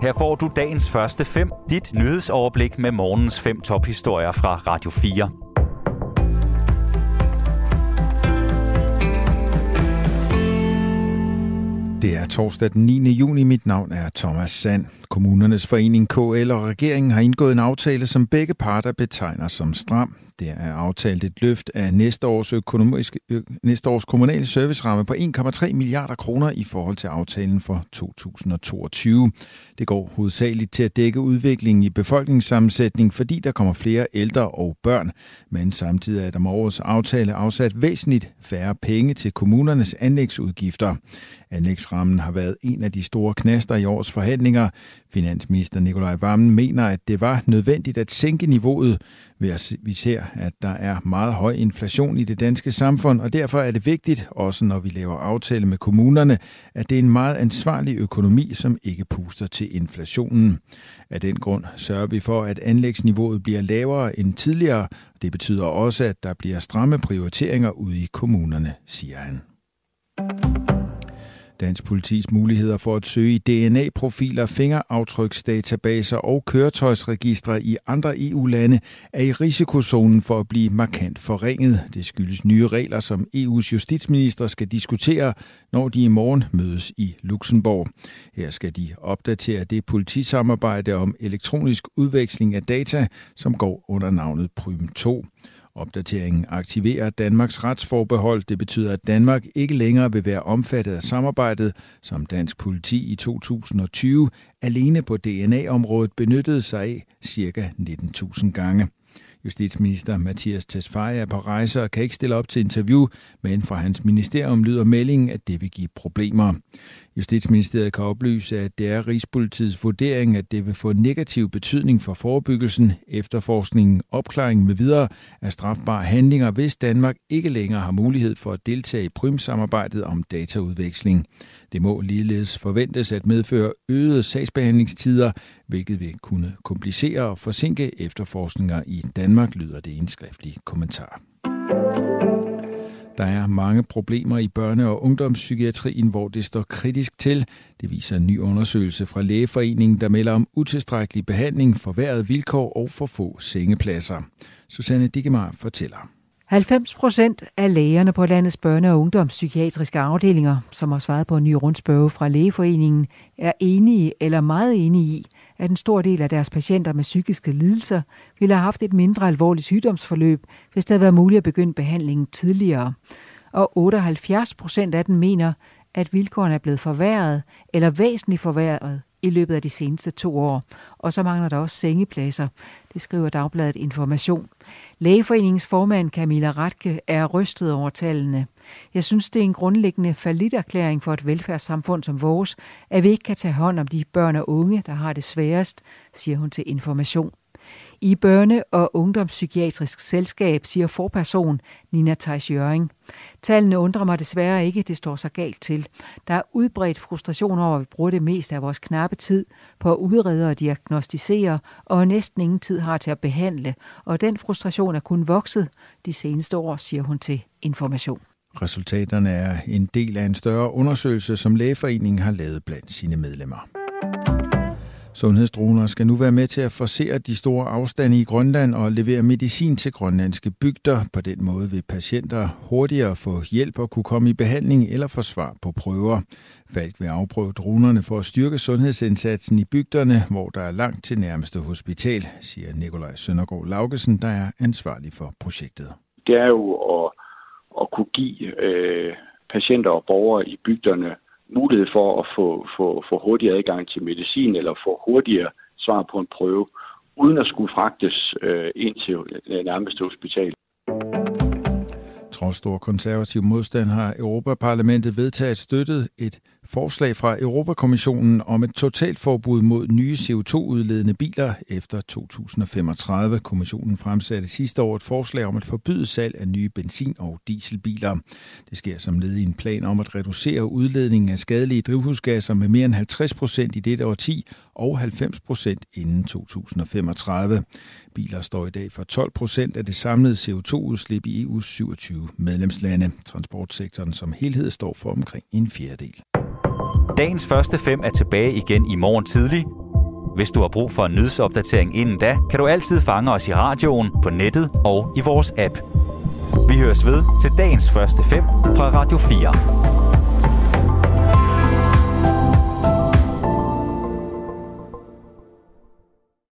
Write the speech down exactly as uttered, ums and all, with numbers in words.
Her får du dagens første fem, dit nyhedsoverblik med morgens fem tophistorier fra Radio fire. Det er torsdag den niende juni. Mit navn er Thomas Sand. Kommunernes forening K L og regeringen har indgået en aftale, som begge parter betegner som stram. Det er aftalt et løft af næste års, økonomiske, ø, næste års kommunale serviceramme på en komma tre milliarder kroner i forhold til aftalen for to tusind og toogtyve. Det går hovedsageligt til at dække udviklingen i befolkningssammensætning, fordi der kommer flere ældre og børn. Men samtidig er der med årets aftale afsat væsentligt færre penge til kommunernes anlægsudgifter. Anlægsrammen har været en af de store knaster i årets forhandlinger. Finansminister Nicolai Wammen mener, at det var nødvendigt at sænke niveauet, ved at vi ser, at der er meget høj inflation i det danske samfund, og derfor er det vigtigt, også når vi laver aftale med kommunerne, at det er en meget ansvarlig økonomi, som ikke puster til inflationen. Af den grund sørger vi for, at anlægsniveauet bliver lavere end tidligere. Det betyder også, at der bliver stramme prioriteringer ude i kommunerne, siger han. Dansk politis muligheder for at søge i D N A-profiler, fingeraftryksdatabaser og køretøjsregistre i andre E U-lande er i risikozonen for at blive markant forringet. Det skyldes nye regler, som E U's justitsminister skal diskutere, når de i morgen mødes i Luxembourg. Her skal de opdatere det politisamarbejde om elektronisk udveksling af data, som går under navnet Prüm to. Opdateringen aktiverer Danmarks retsforbehold. Det betyder, at Danmark ikke længere vil være omfattet af samarbejdet, som dansk politi i to tusind og tyve alene på D N A-området benyttede sig af ca. nitten tusind gange. Justitsminister Mattias Tesfaye er på rejse og kan ikke stille op til interview, men fra hans ministerium lyder meldingen, at det vil give problemer. Justitsministeriet kan oplyse, at det er Rigspolitiets vurdering, at det vil få negativ betydning for forebyggelsen, efterforskningen, opklaringen med videre af strafbare handlinger, hvis Danmark ikke længere har mulighed for at deltage i Prüm-samarbejdet om dataudveksling. Det må ligeledes forventes at medføre øgede sagsbehandlingstider, hvilket vil kunne komplicere og forsinke efterforskninger i Danmark, lyder det i en skriftlig kommentar. Der er mange problemer i børne- og ungdomspsykiatrien, hvor det står kritisk til. Det viser en ny undersøgelse fra Lægeforeningen, der melder om utilstrækkelig behandling, forværrede vilkår og for få sengepladser. Susanne Dickemar fortæller. halvfems procent af lægerne på landets børne- og ungdomspsykiatriske afdelinger, som har svaret på en ny rundspørge fra Lægeforeningen, er enige eller meget enige i, at en stor del af deres patienter med psykiske lidelser ville have haft et mindre alvorligt sygdomsforløb, hvis det havde været muligt at begynde behandlingen tidligere. Og otteoghalvfjerds procent af dem mener, at vilkårene er blevet forværret eller væsentligt forværret i løbet af de seneste to år. Og så mangler der også sengepladser. Det skriver Dagbladet Information. Lægeforeningens formand Camilla Ratke er rystet over tallene. Jeg synes, det er en grundlæggende falliterklæring for et velfærdssamfund som vores, at vi ikke kan tage hånd om de børn og unge, der har det sværest, siger hun til Information. I Børne- og Ungdomspsykiatrisk Selskab siger forperson Nina Theis Jørring. Tallene undrer mig desværre ikke, det står så galt til. Der er udbredt frustration over, at vi bruger det meste af vores knappe tid på at udrede og diagnostisere, og næsten ingen tid har til at behandle. Og den frustration er kun vokset de seneste år, siger hun til Information. Resultaterne er en del af en større undersøgelse, som Lægeforeningen har lavet blandt sine medlemmer. Sundhedsdroner skal nu være med til at forcere de store afstande i Grønland og levere medicin til grønlandske bygder. På den måde vil patienter hurtigere få hjælp og kunne komme i behandling eller få svar på prøver. Falk vil afprøve dronerne for at styrke sundhedsindsatsen i bygderne, hvor der er langt til nærmeste hospital, siger Nikolaj Søndergaard Laugesen, der er ansvarlig for projektet. Det er jo at, at kunne give øh, patienter og borgere i bygderne mulighed for at få, få, få hurtigere adgang til medicin eller få hurtigere svar på en prøve, uden at skulle fragtes øh, ind til nærmeste hospital. Trods stor konservativ modstand har Europaparlamentet vedtaget støttet et forslag fra Europakommissionen om et totalforbud mod nye C O to udledende biler efter to tusind og femogtredive. Kommissionen fremsatte sidste år et forslag om at forbyde salg af nye benzin- og dieselbiler. Det sker som led i en plan om at reducere udledningen af skadelige drivhusgasser med mere end halvtreds procent i dette årti og halvfems procent inden to tusind og femogtredive. Biler står i dag for tolv procent af det samlede C O to udslip i E U's syvogtyve medlemslande. Transportsektoren som helhed står for omkring en fjerdedel. Dagens første fem er tilbage igen i morgen tidlig. Hvis du har brug for en nyhedsopdatering inden da, kan du altid fange os i radioen, på nettet og i vores app. Vi høres ved til dagens første fem fra Radio fire.